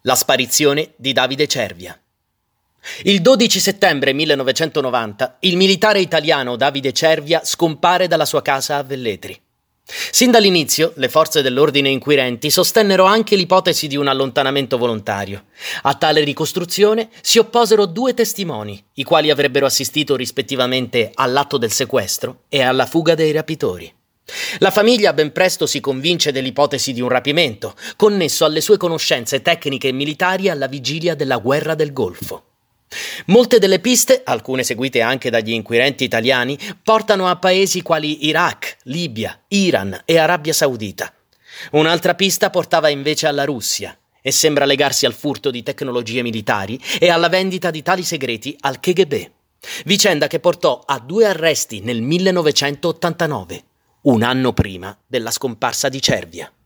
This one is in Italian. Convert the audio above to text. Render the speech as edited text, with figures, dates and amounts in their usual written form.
La sparizione di Davide Cervia. Il 12 settembre 1990 il militare italiano Davide Cervia scompare dalla sua casa a Velletri. Sin dall'inizio le forze dell'ordine inquirenti sostennero anche l'ipotesi di un allontanamento volontario. A tale ricostruzione si opposero due testimoni, i quali avrebbero assistito rispettivamente all'atto del sequestro e alla fuga dei rapitori. La famiglia ben presto si convince dell'ipotesi di un rapimento, connesso alle sue conoscenze tecniche e militari alla vigilia della guerra del Golfo. Molte delle piste, alcune seguite anche dagli inquirenti italiani, portano a paesi quali Iraq, Libia, Iran e Arabia Saudita. Un'altra pista portava invece alla Russia e sembra legarsi al furto di tecnologie militari e alla vendita di tali segreti al KGB, vicenda che portò a 2 arresti nel 1989. Un anno prima della scomparsa di Cervia.